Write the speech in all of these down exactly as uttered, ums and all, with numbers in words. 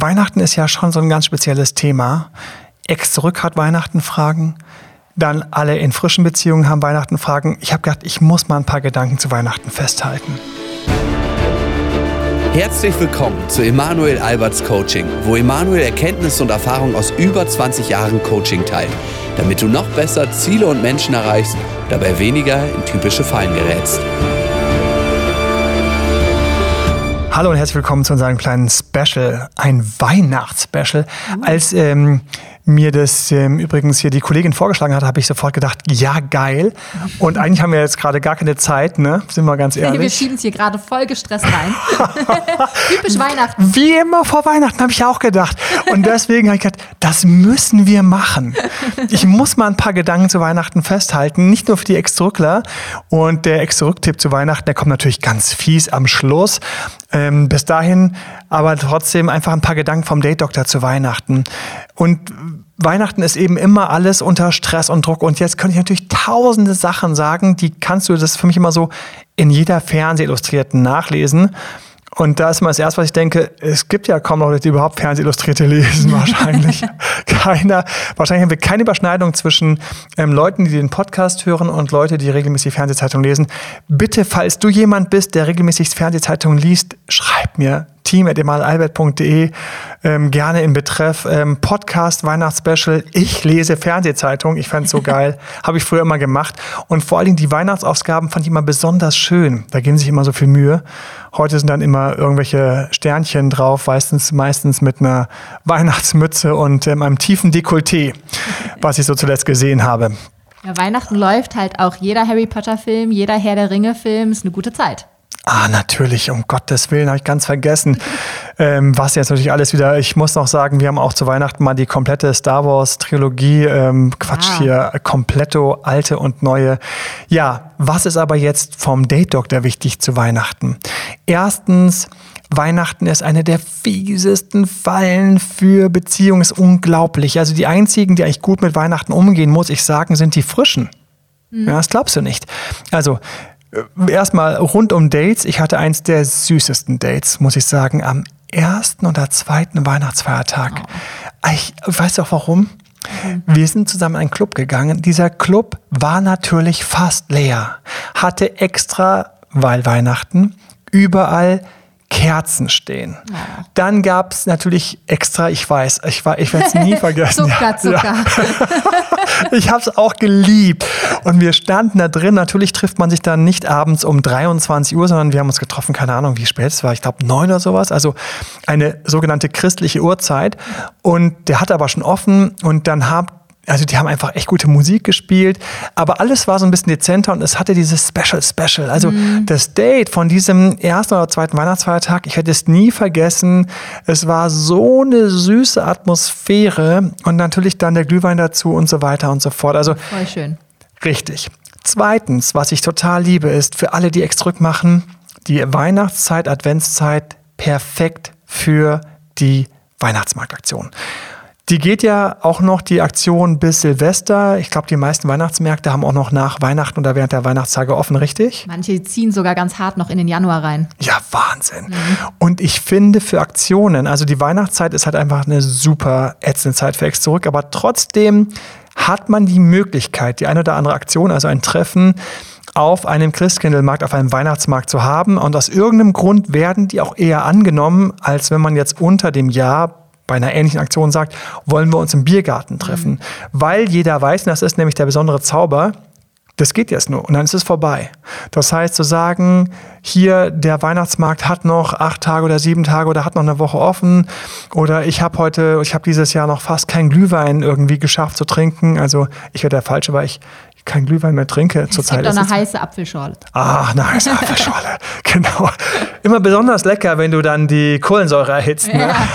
Weihnachten ist ja schon so ein ganz spezielles Thema. Ex zurück hat Weihnachten Fragen. Dann alle in frischen Beziehungen haben Weihnachten Fragen. Ich habe gedacht, ich muss mal ein paar Gedanken zu Weihnachten festhalten. Herzlich willkommen zu Emanuel Alberts Coaching, wo Emanuel Erkenntnisse und Erfahrung aus über zwanzig Jahren Coaching teilt, damit du noch besser Ziele und Menschen erreichst, dabei weniger in typische Fallen gerätst. Hallo und herzlich willkommen zu unserem kleinen Special, ein Weihnachtsspecial. Mhm. Als ähm, mir das ähm, übrigens hier die Kollegin vorgeschlagen hat, habe ich sofort gedacht, ja geil. Und eigentlich haben wir jetzt gerade gar keine Zeit, ne? Sind wir ganz ehrlich. Wir schieben es hier gerade voll gestresst rein. Typisch Weihnachten. Wie immer vor Weihnachten, habe ich auch gedacht. Und deswegen habe ich gedacht, das müssen wir machen. Ich muss mal ein paar Gedanken zu Weihnachten festhalten, nicht nur für die Ex-Zurückler. Und der Ex-Zurück-Tipp zu Weihnachten, der kommt natürlich ganz fies am Schluss. Ähm, bis dahin aber trotzdem einfach ein paar Gedanken vom Date-Doktor zu Weihnachten. Und Weihnachten ist eben immer alles unter Stress und Druck. Und jetzt könnte ich natürlich tausende Sachen sagen, die kannst du, das ist für mich immer so, in jeder Fernsehillustrierten nachlesen. Und da ist immer das Erste, was ich denke, es gibt ja kaum noch Leute, die überhaupt Fernsehillustrierte lesen, wahrscheinlich. Keiner. Wahrscheinlich haben wir keine Überschneidung zwischen ähm, Leuten, die den Podcast hören und Leute, die regelmäßig Fernsehzeitungen lesen. Bitte, falls du jemand bist, der regelmäßig Fernsehzeitungen liest, schreib mir team at emanuel albert punkt de, ähm, gerne in Betreff ähm, Podcast, Weihnachtsspecial. Ich lese Fernsehzeitung. Ich fand es so geil. Habe ich früher immer gemacht. Und vor allen Dingen die Weihnachtsausgaben fand ich immer besonders schön. Da geben sich immer so viel Mühe. Heute sind dann immer irgendwelche Sternchen drauf, meistens, meistens mit einer Weihnachtsmütze und ähm, einem tiefen Dekolleté, was ich so zuletzt gesehen habe. Ja, Weihnachten läuft halt auch jeder Harry Potter Film, jeder Herr der Ringe Film, ist eine gute Zeit. Ah, natürlich, um Gottes Willen, habe ich ganz vergessen. Ähm, was jetzt natürlich alles wieder, ich muss noch sagen, wir haben auch zu Weihnachten mal die komplette Star Wars Trilogie, ähm, Quatsch ah. hier, kompletto, alte und neue. Ja, was ist aber jetzt vom Date-Doktor wichtig zu Weihnachten? Erstens, Weihnachten ist eine der fiesesten Fallen für Beziehungen, ist unglaublich. Also die einzigen, die eigentlich gut mit Weihnachten umgehen, muss ich sagen, sind die Frischen. Mhm. Ja, das glaubst du nicht. Also, erstmal rund um Dates. Ich hatte eins der süßesten Dates, muss ich sagen, am ersten oder zweiten Weihnachtsfeiertag. Oh. Ich weiß auch warum. Mhm. Wir sind zusammen in einen Club gegangen. Dieser Club war natürlich fast leer. Hatte extra, weil Weihnachten, überall Kerzen stehen. Ja. Dann gab es natürlich extra, ich weiß, ich, ich werde es nie vergessen. Zucker, Zucker. Ja. Ich habe es auch geliebt. Und wir standen da drin. Natürlich trifft man sich dann nicht abends um dreiundzwanzig Uhr, sondern wir haben uns getroffen, keine Ahnung, wie spät es war. Ich glaube neun oder sowas. Also eine sogenannte christliche Uhrzeit. Und der hat aber schon offen. Und dann haben Also die haben einfach echt gute Musik gespielt, aber alles war so ein bisschen dezenter und es hatte dieses Special Special. Also mm. das Date von diesem ersten oder zweiten Weihnachtsfeiertag, ich hätte es nie vergessen. Es war so eine süße Atmosphäre und natürlich dann der Glühwein dazu und so weiter und so fort. Also voll schön. Richtig. Zweitens, was ich total liebe, ist für alle, die extra machen, die Weihnachtszeit, Adventszeit perfekt für die Weihnachtsmarktaktion. Die geht ja auch noch, die Aktion, bis Silvester. Ich glaube, die meisten Weihnachtsmärkte haben auch noch nach Weihnachten oder während der Weihnachtstage offen, richtig? Manche ziehen sogar ganz hart noch in den Januar rein. Ja, Wahnsinn. Mhm. Und ich finde für Aktionen, also die Weihnachtszeit ist halt einfach eine super ätzende Zeit für Ex zurück, aber trotzdem hat man die Möglichkeit, die eine oder andere Aktion, also ein Treffen auf einem Christkindlmarkt, auf einem Weihnachtsmarkt zu haben. Und aus irgendeinem Grund werden die auch eher angenommen, als wenn man jetzt unter dem Jahr bei einer ähnlichen Aktion sagt, wollen wir uns im Biergarten treffen. Mhm. Weil jeder weiß, und das ist nämlich der besondere Zauber, das geht jetzt nur und dann ist es vorbei. Das heißt, zu sagen, hier der Weihnachtsmarkt hat noch acht Tage oder sieben Tage oder hat noch eine Woche offen oder ich habe heute, ich habe dieses Jahr noch fast keinen Glühwein irgendwie geschafft zu trinken. Also ich wäre der Falsche, weil ich keinen Glühwein mehr trinke zurzeit. Es gibt auch eine heiße Apfelschorle. Ah, eine heiße Apfelschorle, genau. Immer besonders lecker, wenn du dann die Kohlensäure erhitzt. Ne? Ja.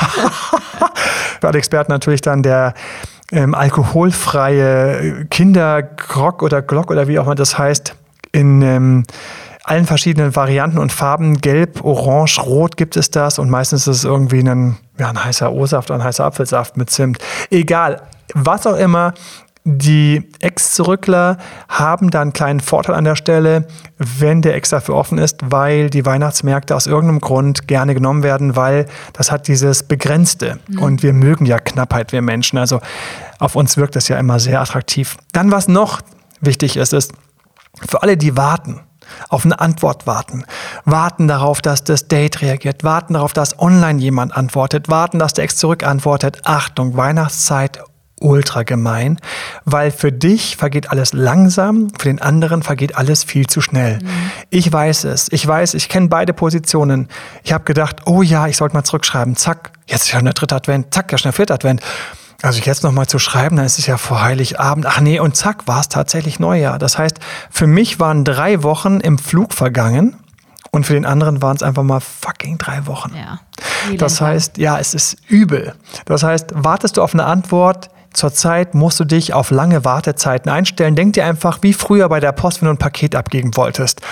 Für alle Experten natürlich dann der ähm, alkoholfreie Kindergrog oder Glock oder wie auch immer das heißt, in ähm, allen verschiedenen Varianten und Farben. Gelb, Orange, Rot gibt es das und meistens ist es irgendwie ein, ja, ein heißer O-Saft oder ein heißer Apfelsaft mit Zimt. Egal, was auch immer. Die Ex-Zurückler haben da einen kleinen Vorteil an der Stelle, wenn der Ex dafür offen ist, weil die Weihnachtsmärkte aus irgendeinem Grund gerne genommen werden, weil das hat dieses Begrenzte. Mhm. Und wir mögen ja Knappheit, wir Menschen. Also auf uns wirkt das ja immer sehr attraktiv. Dann, was noch wichtig ist, ist, für alle, die warten, auf eine Antwort warten, warten darauf, dass das Date reagiert, warten darauf, dass online jemand antwortet, warten, dass der Ex zurückantwortet. Achtung, Weihnachtszeit, ultra gemein, weil für dich vergeht alles langsam, für den anderen vergeht alles viel zu schnell. Mhm. Ich weiß es, ich weiß, ich kenne beide Positionen. Ich habe gedacht, oh ja, ich sollte mal zurückschreiben, zack, jetzt ist ja schon der dritte Advent, zack, ja schon der vierte Advent. Also jetzt nochmal zu schreiben, dann ist es ja vor Heiligabend. Ach nee, und zack, war es tatsächlich Neujahr. Das heißt, für mich waren drei Wochen im Flug vergangen und für den anderen waren es einfach mal fucking drei Wochen. Ja. Das heißt, ja, es ist übel. Das heißt, wartest du auf eine Antwort, zurzeit musst du dich auf lange Wartezeiten einstellen. Denk dir einfach, wie früher bei der Post, wenn du ein Paket abgeben wolltest.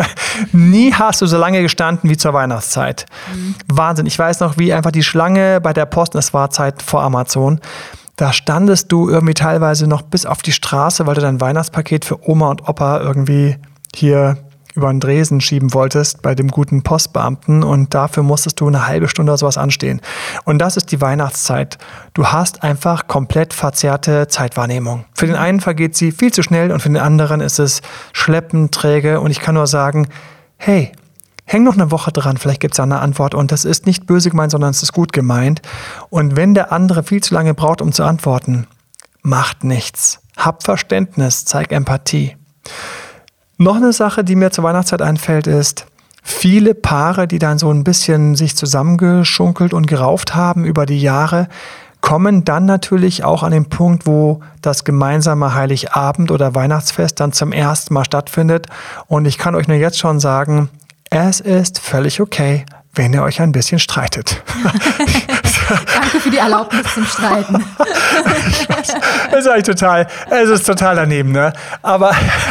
Nie hast du so lange gestanden wie zur Weihnachtszeit. Mhm. Wahnsinn. Ich weiß noch, wie einfach die Schlange bei der Post, das war Zeit vor Amazon, da standest du irgendwie teilweise noch bis auf die Straße, weil du dein Weihnachtspaket für Oma und Opa irgendwie hier über den Dresen schieben wolltest bei dem guten Postbeamten und dafür musstest du eine halbe Stunde oder sowas anstehen. Und das ist die Weihnachtszeit. Du hast einfach komplett verzerrte Zeitwahrnehmung. Für den einen vergeht sie viel zu schnell und für den anderen ist es schleppend, träge und ich kann nur sagen, hey, häng noch eine Woche dran, vielleicht gibt es da eine Antwort und das ist nicht böse gemeint, sondern es ist gut gemeint. Und wenn der andere viel zu lange braucht, um zu antworten, macht nichts. Hab Verständnis, zeig Empathie. Noch eine Sache, die mir zur Weihnachtszeit einfällt, ist, viele Paare, die dann so ein bisschen sich zusammengeschunkelt und gerauft haben über die Jahre, kommen dann natürlich auch an den Punkt, wo das gemeinsame Heiligabend oder Weihnachtsfest dann zum ersten Mal stattfindet. Und ich kann euch nur jetzt schon sagen, es ist völlig okay, wenn ihr euch ein bisschen streitet. Danke für die Erlaubnis zum Streiten. Ich weiß, das ist eigentlich total, es ist total daneben, ne? Aber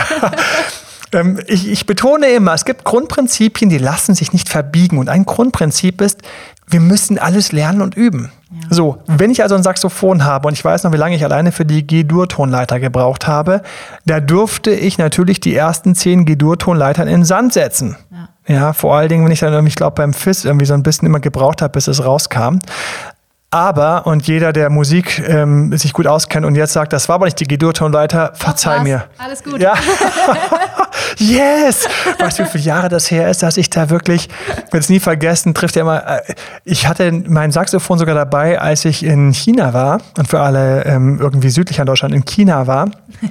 ähm, ich, ich betone immer, es gibt Grundprinzipien, die lassen sich nicht verbiegen. Und ein Grundprinzip ist, wir müssen alles lernen und üben. Ja. So, wenn ich also ein Saxophon habe und ich weiß noch, wie lange ich alleine für die G-Dur-Tonleiter gebraucht habe, da durfte ich natürlich die ersten zehn G-Dur-Tonleitern in den Sand setzen. Ja. Ja, vor allen Dingen, wenn ich dann irgendwie, ich glaube, beim F I S irgendwie so ein bisschen immer gebraucht habe, bis es rauskam. Aber, und jeder, der Musik ähm, sich gut auskennt und jetzt sagt, das war aber nicht die G-Dur-Tonleiter, verzeih Ach, mir. Alles gut. Ja. Yes! Weißt du, wie viele Jahre das her ist, dass ich da wirklich, ich werde es nie vergessen, trifft ja immer, ich hatte mein Saxophon sogar dabei, als ich in China war und für alle ähm, irgendwie südlich an Deutschland in China war.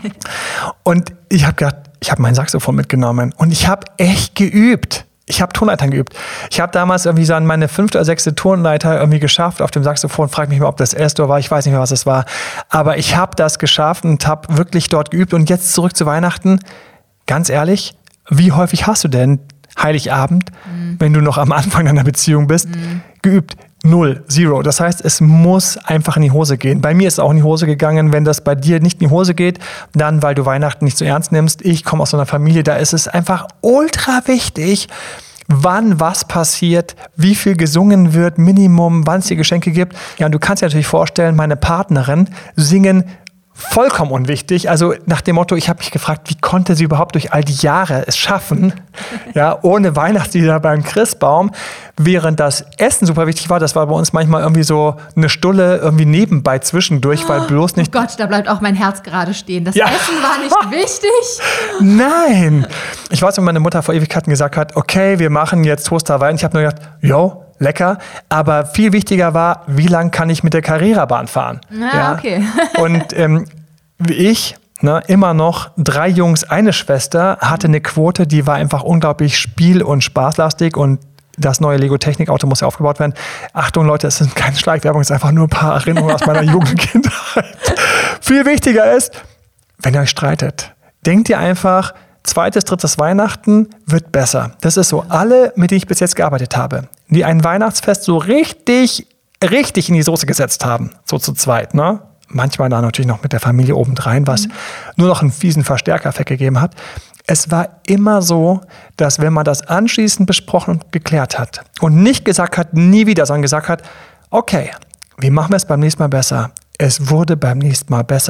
Und ich habe gedacht, ich habe mein Saxophon mitgenommen und ich habe echt geübt. Ich habe Tonleitern geübt. Ich habe damals irgendwie so an meine fünfte oder sechste Tonleiter irgendwie geschafft auf dem Saxophon. Frag mich mal, ob das S-Dur war. Ich weiß nicht mehr, was es war. Aber ich habe das geschafft und habe wirklich dort geübt. Und jetzt zurück zu Weihnachten. Ganz ehrlich, wie häufig hast du denn Heiligabend, mhm. wenn du noch am Anfang deiner Beziehung bist, mhm. geübt? Null, zero. Das heißt, es muss einfach in die Hose gehen. Bei mir ist es auch in die Hose gegangen. Wenn das bei dir nicht in die Hose geht, dann, weil du Weihnachten nicht so ernst nimmst. Ich komme aus so einer Familie, da ist es einfach ultra wichtig, wann was passiert, wie viel gesungen wird, Minimum, wann es dir Geschenke gibt. Ja, und du kannst dir natürlich vorstellen, meine Partnerin singen vollkommen unwichtig. Also nach dem Motto, ich habe mich gefragt, wie konnte sie überhaupt durch all die Jahre es schaffen, ja, ohne Weihnachtslieder beim Christbaum, während das Essen super wichtig war. Das war bei uns manchmal irgendwie so eine Stulle irgendwie nebenbei zwischendurch, oh, weil bloß nicht... Oh Gott, da bleibt auch mein Herz gerade stehen. Das ja. Essen war nicht wichtig. Nein. Ich weiß, wenn meine Mutter vor Ewigkeiten gesagt hat, okay, wir machen jetzt Toaster Wein. Ich habe nur gedacht, yo, lecker, aber viel wichtiger war, wie lang kann ich mit der Carrera-Bahn fahren? Na, ja, okay. Und ähm, wie ich, ne, immer noch drei Jungs, eine Schwester, hatte eine Quote, die war einfach unglaublich spiel- und spaßlastig und das neue Lego-Technik-Auto muss ja aufgebaut werden. Achtung Leute, es ist keine Schleichwerbung, es ist einfach nur ein paar Erinnerungen aus meiner Jugendkindheit. Viel wichtiger ist, wenn ihr euch streitet, denkt ihr einfach, zweites, drittes Weihnachten wird besser. Das ist so, alle, mit denen ich bis jetzt gearbeitet habe, die ein Weihnachtsfest so richtig, richtig in die Soße gesetzt haben, so zu zweit, ne? Manchmal da natürlich noch mit der Familie obendrein, was mhm. nur noch einen fiesen Verstärkereffekt gegeben hat. Es war immer so, dass wenn man das anschließend besprochen und geklärt hat und nicht gesagt hat, nie wieder, sondern gesagt hat, okay, wie machen wir es beim nächsten Mal besser? Es wurde beim nächsten Mal besser.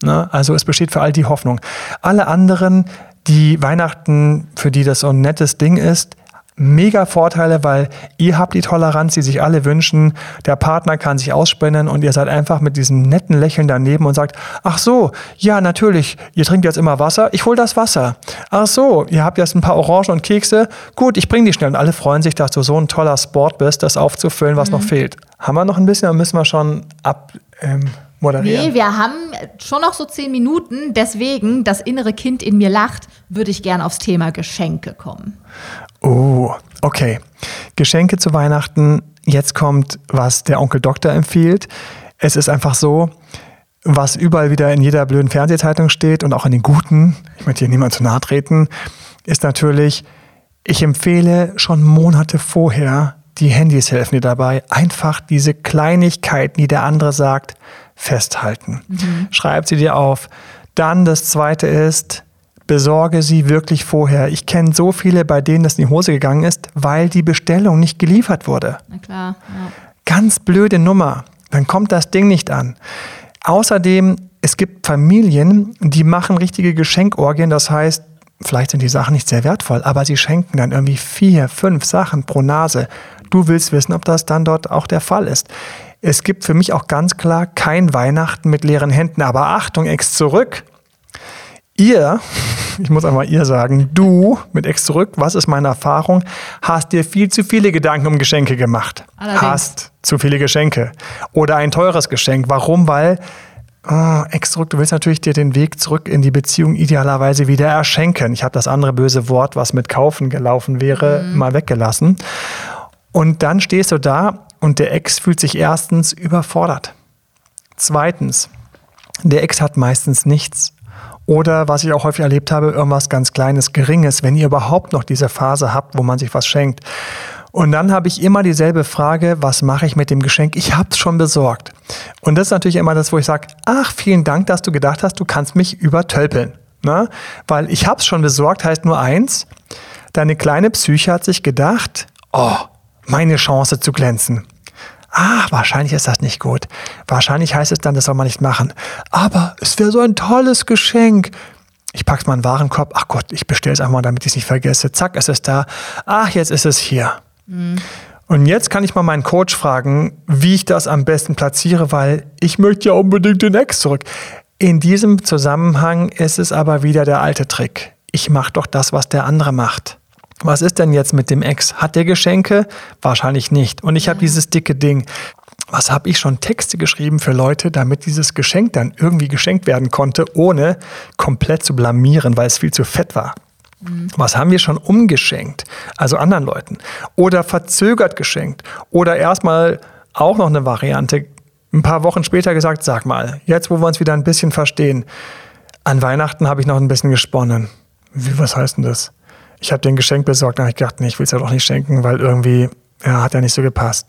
Ne? Also es besteht für all die Hoffnung. Alle anderen, die Weihnachten, für die das so ein nettes Ding ist, mega Vorteile, weil ihr habt die Toleranz, die sich alle wünschen. Der Partner kann sich ausspinnen und ihr seid einfach mit diesem netten Lächeln daneben und sagt, ach so, ja natürlich, ihr trinkt jetzt immer Wasser, ich hol das Wasser. Ach so, ihr habt jetzt ein paar Orangen und Kekse, gut, ich bring die schnell. Und alle freuen sich, dass du so ein toller Sport bist, das aufzufüllen, was mhm. noch fehlt. Haben wir noch ein bisschen, dann müssen wir schon ab... Ähm, moderieren. Nee, wir haben schon noch so zehn Minuten, deswegen, das innere Kind in mir lacht, würde ich gern aufs Thema Geschenke kommen. Oh, okay. Geschenke zu Weihnachten. Jetzt kommt, was der Onkel Doktor empfiehlt. Es ist einfach so, was überall wieder in jeder blöden Fernsehzeitung steht und auch in den guten, ich möchte hier niemand zu nahe treten, ist natürlich, ich empfehle schon Monate vorher, die Handys helfen dir dabei, einfach diese Kleinigkeiten, die der andere sagt, festhalten. Mhm. Schreib sie dir auf. Dann das Zweite ist, besorge sie wirklich vorher. Ich kenne so viele, bei denen das in die Hose gegangen ist, weil die Bestellung nicht geliefert wurde. Na klar, ja. Ganz blöde Nummer. Dann kommt das Ding nicht an. Außerdem, es gibt Familien, die machen richtige Geschenkorgien. Das heißt, vielleicht sind die Sachen nicht sehr wertvoll, aber sie schenken dann irgendwie vier, fünf Sachen pro Nase. Du willst wissen, ob das dann dort auch der Fall ist. Es gibt für mich auch ganz klar kein Weihnachten mit leeren Händen. Aber Achtung, Ex zurück. Ihr, ich muss einmal ihr sagen, du mit Ex zurück, was ist meine Erfahrung, hast dir viel zu viele Gedanken um Geschenke gemacht. Allerdings. Hast zu viele Geschenke. Oder ein teures Geschenk. Warum? Weil, oh, Ex zurück, du willst natürlich dir den Weg zurück in die Beziehung idealerweise wieder erschenken. Ich habe das andere böse Wort, was mit kaufen gelaufen wäre, mhm. mal weggelassen. Und dann stehst du da und der Ex fühlt sich erstens überfordert. Zweitens, der Ex hat meistens nichts. Oder, was ich auch häufig erlebt habe, irgendwas ganz Kleines, Geringes, wenn ihr überhaupt noch diese Phase habt, wo man sich was schenkt. Und dann habe ich immer dieselbe Frage, was mache ich mit dem Geschenk? Ich habe es schon besorgt. Und das ist natürlich immer das, wo ich sage, ach, vielen Dank, dass du gedacht hast, du kannst mich übertölpeln. Na? Weil ich habe es schon besorgt, heißt nur eins, deine kleine Psyche hat sich gedacht, oh, meine Chance zu glänzen. Ah, wahrscheinlich ist das nicht gut. Wahrscheinlich heißt es dann, das soll man nicht machen. Aber es wäre so ein tolles Geschenk. Ich pack's mal in den Warenkorb. Ach Gott, ich bestelle es einmal, damit ich es nicht vergesse. Zack, es ist da. Ach, jetzt ist es hier. Mhm. Und jetzt kann ich mal meinen Coach fragen, wie ich das am besten platziere, weil ich möchte ja unbedingt den Ex zurück. In diesem Zusammenhang ist es aber wieder der alte Trick. Ich mache doch das, was der andere macht. Was ist denn jetzt mit dem Ex? Hat der Geschenke? Wahrscheinlich nicht. Und ich habe dieses dicke Ding. Was habe ich schon Texte geschrieben für Leute, damit dieses Geschenk dann irgendwie geschenkt werden konnte, ohne komplett zu blamieren, weil es viel zu fett war. Mhm. Was haben wir schon umgeschenkt? Also anderen Leuten. Oder verzögert geschenkt. Oder erstmal auch noch eine Variante. Ein paar Wochen später gesagt, sag mal, jetzt wo wir uns wieder ein bisschen verstehen, an Weihnachten habe ich noch ein bisschen gesponnen. Wie, was heißt denn das? Ich habe dir ein Geschenk besorgt, dann habe ich gedacht, nee, ich will es ja doch nicht schenken, weil irgendwie, ja, hat ja nicht so gepasst.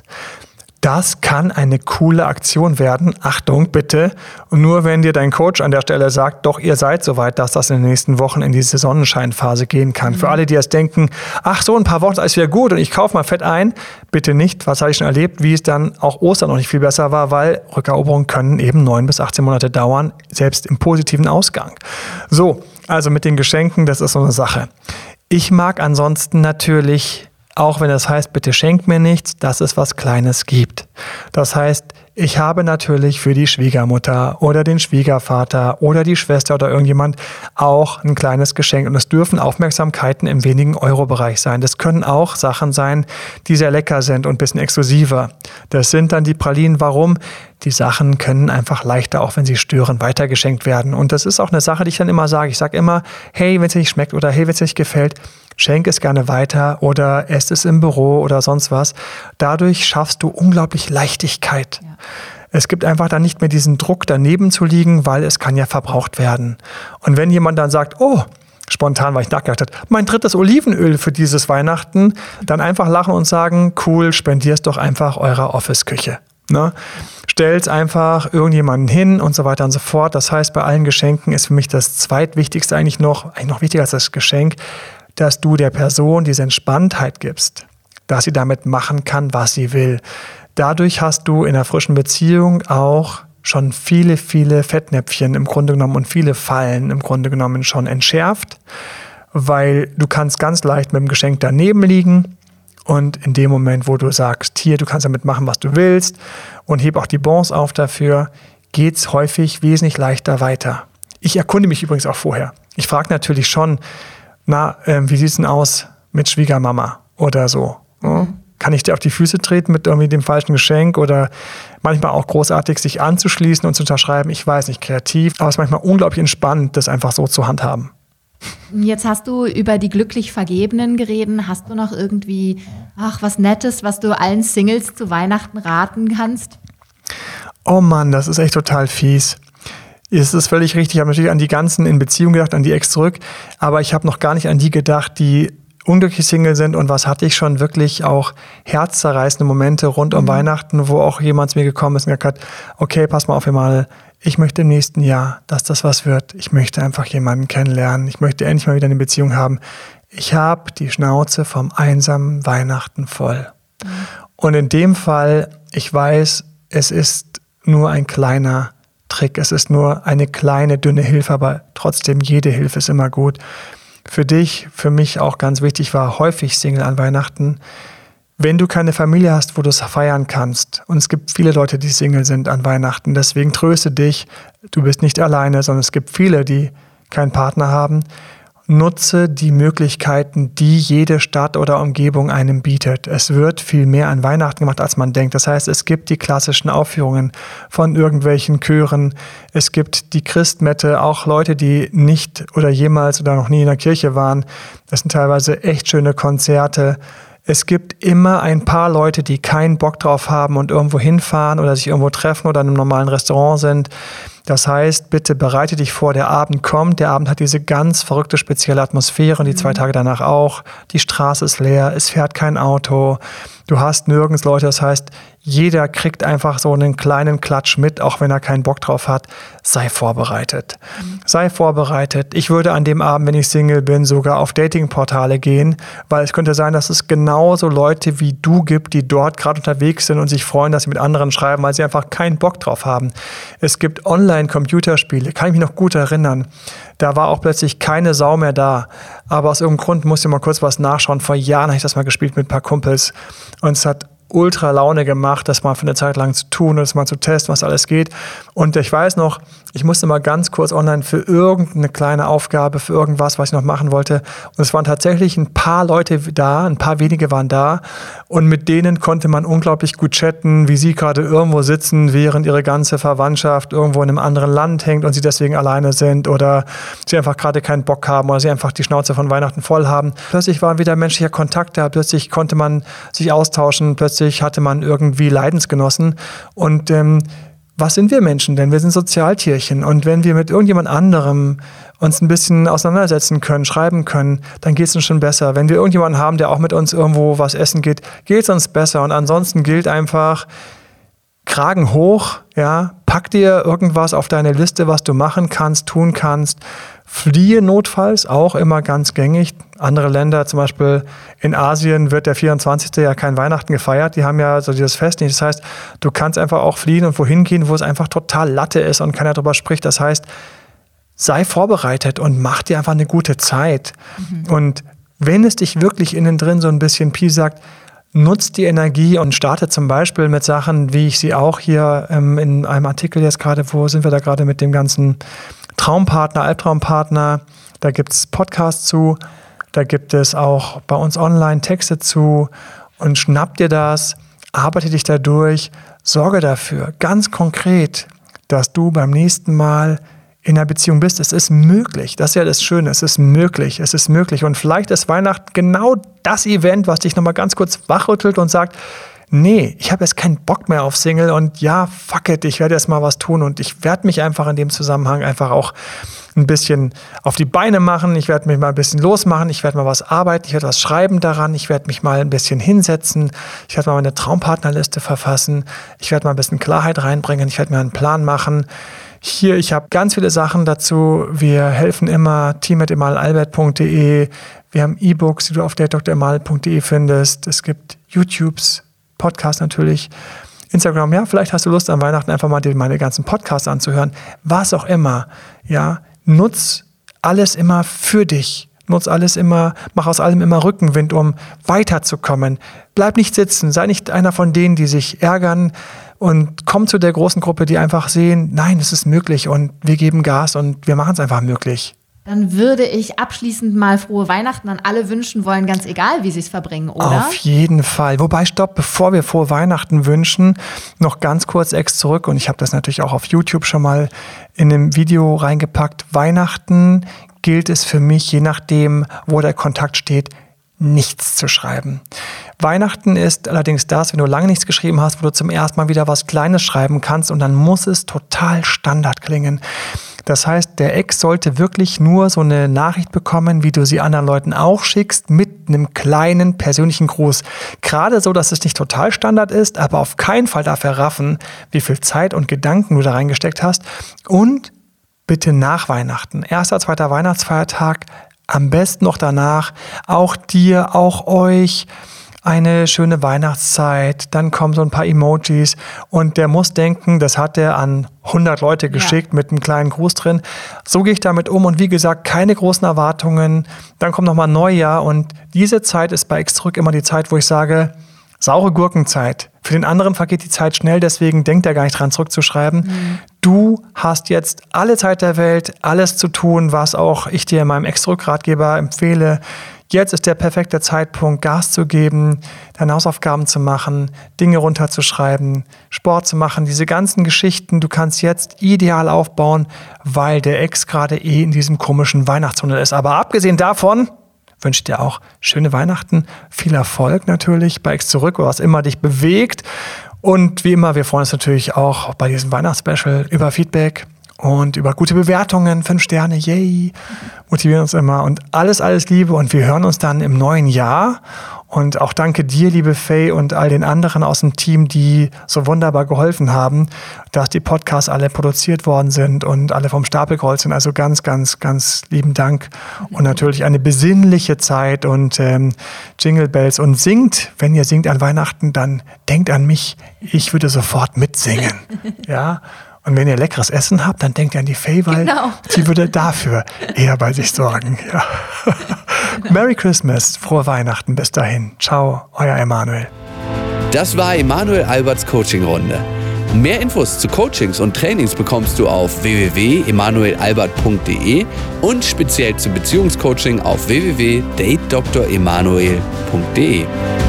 Das kann eine coole Aktion werden. Achtung, bitte. Und nur wenn dir dein Coach an der Stelle sagt, doch, ihr seid soweit, dass das in den nächsten Wochen in diese Sonnenscheinphase gehen kann. Mhm. Für alle, die jetzt denken, ach so, ein paar Wochen ist alles wieder gut und ich kaufe mal fett ein. Bitte nicht. Was habe ich schon erlebt, wie es dann auch Ostern noch nicht viel besser war, weil Rückeroberungen können eben neun bis achtzehn Monate dauern, selbst im positiven Ausgang. So, also mit den Geschenken, das ist so eine Sache. Ich mag ansonsten natürlich, auch wenn das heißt, bitte schenk mir nichts, dass es was Kleines gibt. Das heißt, ich habe natürlich für die Schwiegermutter oder den Schwiegervater oder die Schwester oder irgendjemand auch ein kleines Geschenk. Und es dürfen Aufmerksamkeiten im wenigen Euro-Bereich sein. Das können auch Sachen sein, die sehr lecker sind und ein bisschen exklusiver. Das sind dann die Pralinen. Warum? Die Sachen können einfach leichter, auch wenn sie stören, weitergeschenkt werden. Und das ist auch eine Sache, die ich dann immer sage. Ich sage immer, hey, wenn es dir nicht schmeckt oder hey, wenn es dir nicht gefällt, schenk es gerne weiter oder esst es im Büro oder sonst was. Dadurch schaffst du unglaublich Leichtigkeit. Ja. Es gibt einfach dann nicht mehr diesen Druck, daneben zu liegen, weil es kann ja verbraucht werden. Und wenn jemand dann sagt, oh, spontan, weil ich nachgedacht habe, mein drittes Olivenöl für dieses Weihnachten, dann einfach lachen und sagen, cool, spendier's doch einfach eurer Office-Küche. Ne? Stell's einfach irgendjemanden hin und so weiter und so fort. Das heißt, bei allen Geschenken ist für mich das Zweitwichtigste eigentlich noch, eigentlich noch wichtiger als das Geschenk, dass du der Person diese Entspanntheit gibst, dass sie damit machen kann, was sie will. Dadurch hast du in einer frischen Beziehung auch schon viele, viele Fettnäpfchen im Grunde genommen und viele Fallen im Grunde genommen schon entschärft, weil du kannst ganz leicht mit dem Geschenk daneben liegen und in dem Moment, wo du sagst, hier, du kannst damit machen, was du willst und heb auch die Bons auf dafür, geht's häufig wesentlich leichter weiter. Ich erkunde mich übrigens auch vorher. Ich frage natürlich schon, na, äh, wie sieht's denn aus mit Schwiegermama oder so? Mhm. Kann ich dir auf die Füße treten mit irgendwie dem falschen Geschenk oder manchmal auch großartig sich anzuschließen und zu unterschreiben, ich weiß nicht, kreativ, aber es ist manchmal unglaublich entspannt, das einfach so zu handhaben. Jetzt hast du über die glücklich Vergebenen geredet. Hast du noch irgendwie, ach, was Nettes, was du allen Singles zu Weihnachten raten kannst? Oh Mann, das ist echt total fies. Es ist völlig richtig, ich habe natürlich an die ganzen in Beziehung gedacht, an die Ex zurück, aber ich habe noch gar nicht an die gedacht, die unglücklich Single sind und was hatte ich schon wirklich auch herzzerreißende Momente rund um mhm. Weihnachten, wo auch jemand zu mir gekommen ist und gesagt hat, okay, pass mal auf, mal, ich möchte im nächsten Jahr, dass das was wird. Ich möchte einfach jemanden kennenlernen. Ich möchte endlich mal wieder eine Beziehung haben. Ich habe die Schnauze vom einsamen Weihnachten voll. Mhm. Und in dem Fall, ich weiß, es ist nur ein kleiner Trick. Es ist nur eine kleine, dünne Hilfe, aber trotzdem jede Hilfe ist immer gut. Für dich, für mich auch ganz wichtig war häufig Single an Weihnachten. Wenn du keine Familie hast, wo du es feiern kannst, und es gibt viele Leute, die Single sind an Weihnachten, deswegen tröste dich, du bist nicht alleine, sondern es gibt viele, die keinen Partner haben. Nutze die Möglichkeiten, die jede Stadt oder Umgebung einem bietet. Es wird viel mehr an Weihnachten gemacht, als man denkt. Das heißt, es gibt die klassischen Aufführungen von irgendwelchen Chören. Es gibt die Christmette, auch Leute, die nicht oder jemals oder noch nie in der Kirche waren. Das sind teilweise echt schöne Konzerte. Es gibt immer ein paar Leute, die keinen Bock drauf haben und irgendwo hinfahren oder sich irgendwo treffen oder in einem normalen Restaurant sind. Das heißt, bitte bereite dich vor, der Abend kommt. Der Abend hat diese ganz verrückte, spezielle Atmosphäre und die zwei Tage danach auch. Die Straße ist leer, es fährt kein Auto, du hast nirgends Leute. Das heißt, jeder kriegt einfach so einen kleinen Klatsch mit, auch wenn er keinen Bock drauf hat. Sei vorbereitet. Mhm. Sei vorbereitet. Ich würde an dem Abend, wenn ich Single bin, sogar auf Datingportale gehen, weil es könnte sein, dass es genauso Leute wie du gibt, die dort gerade unterwegs sind und sich freuen, dass sie mit anderen schreiben, weil sie einfach keinen Bock drauf haben. Es gibt Online-Computerspiele, kann ich mich noch gut erinnern. Da war auch plötzlich keine Sau mehr da. Aber aus irgendeinem Grund musste ich mal kurz was nachschauen. Vor Jahren habe ich das mal gespielt mit ein paar Kumpels. Und es hat ultra Laune gemacht, das mal für eine Zeit lang zu tun und das mal zu testen, was alles geht. Und ich weiß noch, ich musste mal ganz kurz online für irgendeine kleine Aufgabe, für irgendwas, was ich noch machen wollte. Und es waren tatsächlich ein paar Leute da, ein paar wenige waren da. Und mit denen konnte man unglaublich gut chatten, wie sie gerade irgendwo sitzen, während ihre ganze Verwandtschaft irgendwo in einem anderen Land hängt und sie deswegen alleine sind oder sie einfach gerade keinen Bock haben oder sie einfach die Schnauze von Weihnachten voll haben. Plötzlich war wieder menschlicher Kontakt da, plötzlich konnte man sich austauschen, plötzlich hatte man irgendwie Leidensgenossen. Und ähm, was sind wir Menschen denn? Wir sind Sozialtierchen. Und wenn wir mit irgendjemand anderem uns ein bisschen auseinandersetzen können, schreiben können, dann geht es uns schon besser. Wenn wir irgendjemanden haben, der auch mit uns irgendwo was essen geht, geht es uns besser. Und ansonsten gilt einfach, Kragen hoch, ja, pack dir irgendwas auf deine Liste, was du machen kannst, tun kannst. Fliehe notfalls, auch immer ganz gängig. Andere Länder, zum Beispiel in Asien, wird der vierundzwanzigste ja kein Weihnachten gefeiert. Die haben ja so dieses Fest nicht. Das heißt, du kannst einfach auch fliehen und wohin gehen, wo es einfach total Latte ist und keiner drüber spricht. Das heißt, sei vorbereitet und mach dir einfach eine gute Zeit. Mhm. Und wenn es dich wirklich innen drin so ein bisschen piesackt, nutzt die Energie und startet zum Beispiel mit Sachen, wie ich sie auch hier ähm, in einem Artikel jetzt gerade, wo sind wir da gerade mit dem ganzen Traumpartner, Albtraumpartner, da gibt es Podcasts zu, da gibt es auch bei uns online Texte zu und schnapp dir das, arbeite dich da durch, sorge dafür, ganz konkret, dass du beim nächsten Mal in einer Beziehung bist. Es ist möglich. Das ist ja das Schöne. Es ist möglich. Es ist möglich. Und vielleicht ist Weihnachten genau das Event, was dich nochmal ganz kurz wachrüttelt und sagt, nee, ich habe jetzt keinen Bock mehr auf Single und ja, fuck it, ich werde jetzt mal was tun und ich werde mich einfach in dem Zusammenhang einfach auch ein bisschen auf die Beine machen. Ich werde mich mal ein bisschen losmachen. Ich werde mal was arbeiten. Ich werde was schreiben daran. Ich werde mich mal ein bisschen hinsetzen. Ich werde mal meine Traumpartnerliste verfassen. Ich werde mal ein bisschen Klarheit reinbringen. Ich werde mir einen Plan machen. Hier, ich habe ganz viele Sachen dazu. Wir helfen immer, team at emanuelalbert punkt de. Wir haben E-Books, die du auf date dr emanuel punkt de findest. Es gibt YouTubes, Podcasts natürlich. Instagram, ja, vielleicht hast du Lust an Weihnachten einfach mal dir meine ganzen Podcasts anzuhören. Was auch immer, ja, nutz alles immer für dich. Nutz alles immer, mach aus allem immer Rückenwind, um weiterzukommen. Bleib nicht sitzen, sei nicht einer von denen, die sich ärgern und komm zu der großen Gruppe, die einfach sehen, nein, es ist möglich und wir geben Gas und wir machen es einfach möglich. Dann würde ich abschließend mal frohe Weihnachten an alle wünschen wollen, ganz egal, wie sie es verbringen, oder? Auf jeden Fall. Wobei, stopp, bevor wir frohe Weihnachten wünschen, noch ganz kurz ex zurück. Und ich habe das natürlich auch auf YouTube schon mal in einem Video reingepackt. Weihnachten gilt es für mich, je nachdem, wo der Kontakt steht, nichts zu schreiben. Weihnachten ist allerdings das, wenn du lange nichts geschrieben hast, wo du zum ersten Mal wieder was Kleines schreiben kannst und dann muss es total Standard klingen. Das heißt, der Ex sollte wirklich nur so eine Nachricht bekommen, wie du sie anderen Leuten auch schickst, mit einem kleinen persönlichen Gruß. Gerade so, dass es nicht total Standard ist, aber auf keinen Fall darf er raffen, wie viel Zeit und Gedanken du da reingesteckt hast. Und bitte nach Weihnachten, erster, zweiter Weihnachtsfeiertag, am besten noch danach, auch dir, auch euch, eine schöne Weihnachtszeit, dann kommen so ein paar Emojis und der muss denken, das hat er an hundert Leute geschickt, ja, mit einem kleinen Gruß drin. So gehe ich damit um und wie gesagt, keine großen Erwartungen. Dann kommt nochmal Neujahr und diese Zeit ist bei X-Zurück immer die Zeit, wo ich sage, saure Gurkenzeit. Für den anderen vergeht die Zeit schnell, deswegen denkt er gar nicht dran, zurückzuschreiben. Mhm. Du hast jetzt alle Zeit der Welt, alles zu tun, was auch ich dir in meinem X-Zurück-Ratgeber empfehle. Jetzt ist der perfekte Zeitpunkt, Gas zu geben, deine Hausaufgaben zu machen, Dinge runterzuschreiben, Sport zu machen, diese ganzen Geschichten. Du kannst jetzt ideal aufbauen, weil der Ex gerade eh in diesem komischen Weihnachtstunnel ist. Aber abgesehen davon wünsche ich dir auch schöne Weihnachten, viel Erfolg natürlich bei X-Zurück, was immer dich bewegt. Und wie immer, wir freuen uns natürlich auch bei diesem Weihnachtsspecial über Feedback und über gute Bewertungen, fünf Sterne, yay, motivieren uns immer und alles, alles Liebe und wir hören uns dann im neuen Jahr und auch danke dir, liebe Faye und all den anderen aus dem Team, die so wunderbar geholfen haben, dass die Podcasts alle produziert worden sind und alle vom Stapel gerollt sind, also ganz, ganz, ganz lieben Dank und natürlich eine besinnliche Zeit und ähm, Jingle Bells und singt, wenn ihr singt an Weihnachten, dann denkt an mich, ich würde sofort mitsingen, ja. Und wenn ihr leckeres Essen habt, dann denkt ihr an die Faye, weil genau, sie würde dafür eher bei sich sorgen. Ja. Merry Christmas, frohe Weihnachten, bis dahin. Ciao, euer Emanuel. Das war Emanuel Alberts Coaching-Runde. Mehr Infos zu Coachings und Trainings bekommst du auf w w w punkt emanuel albert punkt d e und speziell zum Beziehungscoaching auf w w w punkt date dr emanuel punkt d e.